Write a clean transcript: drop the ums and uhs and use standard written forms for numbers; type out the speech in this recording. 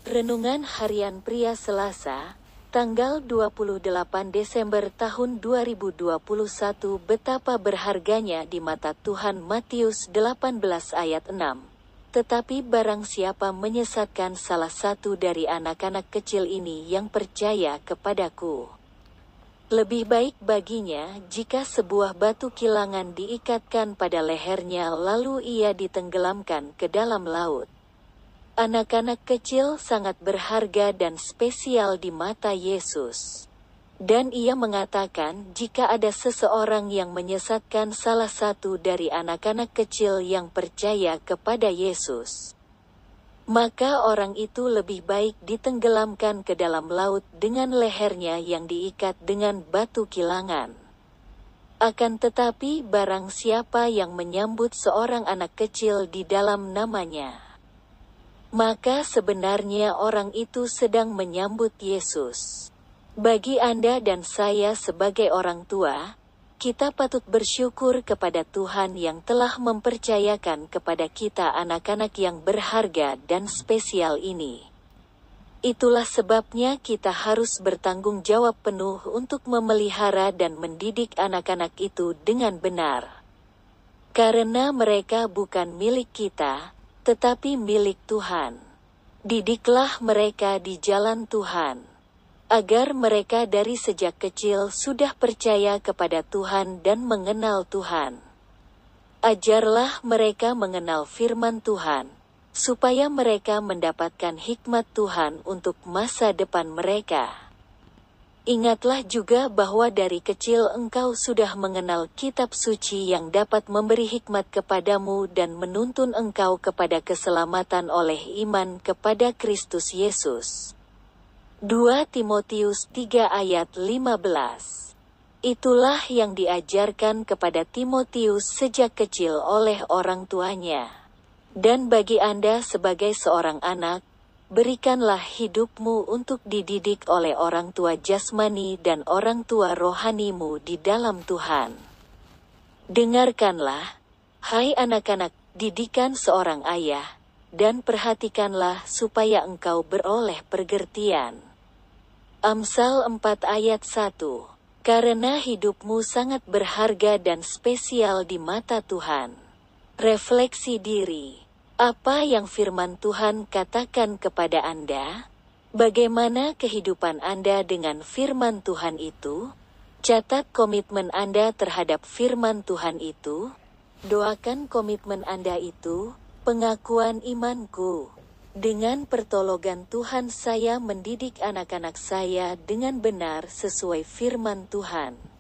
Renungan Harian Pria Selasa, tanggal 28 Desember tahun 2021. Betapa berharganya di mata Tuhan. Matius 18 ayat 6. Tetapi barang siapa menyesatkan salah satu dari anak-anak kecil ini yang percaya kepadaku, lebih baik baginya jika sebuah batu kilangan diikatkan pada lehernya lalu ia ditenggelamkan ke dalam laut. Anak-anak kecil sangat berharga dan spesial di mata Yesus. Dan ia mengatakan jika ada seseorang yang menyesatkan salah satu dari anak-anak kecil yang percaya kepada Yesus, maka orang itu lebih baik ditenggelamkan ke dalam laut dengan lehernya yang diikat dengan batu kilangan. Akan tetapi barang siapa yang menyambut seorang anak kecil di dalam namanya, maka sebenarnya orang itu sedang menyambut Yesus. Bagi Anda dan saya sebagai orang tua, kita patut bersyukur kepada Tuhan yang telah mempercayakan kepada kita anak-anak yang berharga dan spesial ini. Itulah sebabnya kita harus bertanggung jawab penuh untuk memelihara dan mendidik anak-anak itu dengan benar. Karena mereka bukan milik kita, tetapi milik Tuhan. Didiklah mereka di jalan Tuhan, agar mereka dari sejak kecil sudah percaya kepada Tuhan dan mengenal Tuhan. Ajarlah mereka mengenal firman Tuhan, supaya mereka mendapatkan hikmat Tuhan untuk masa depan mereka. Ingatlah juga bahwa dari kecil engkau sudah mengenal kitab suci yang dapat memberi hikmat kepadamu dan menuntun engkau kepada keselamatan oleh iman kepada Kristus Yesus. 2 Timotius 3 ayat 15. Itulah yang diajarkan kepada Timotius sejak kecil oleh orang tuanya. Dan bagi Anda sebagai seorang anak, berikanlah hidupmu untuk dididik oleh orang tua jasmani dan orang tua rohanimu di dalam Tuhan. Dengarkanlah, hai anak-anak, didikan seorang ayah, dan perhatikanlah supaya engkau beroleh pergertian. Amsal 4 ayat 1. Karena hidupmu sangat berharga dan spesial di mata Tuhan. Refleksi diri. Apa yang firman Tuhan katakan kepada Anda? Bagaimana kehidupan Anda dengan firman Tuhan itu? Catat komitmen Anda terhadap firman Tuhan itu. Doakan komitmen Anda itu. Pengakuan imanku. Dengan pertolongan Tuhan saya mendidik anak-anak saya dengan benar sesuai firman Tuhan.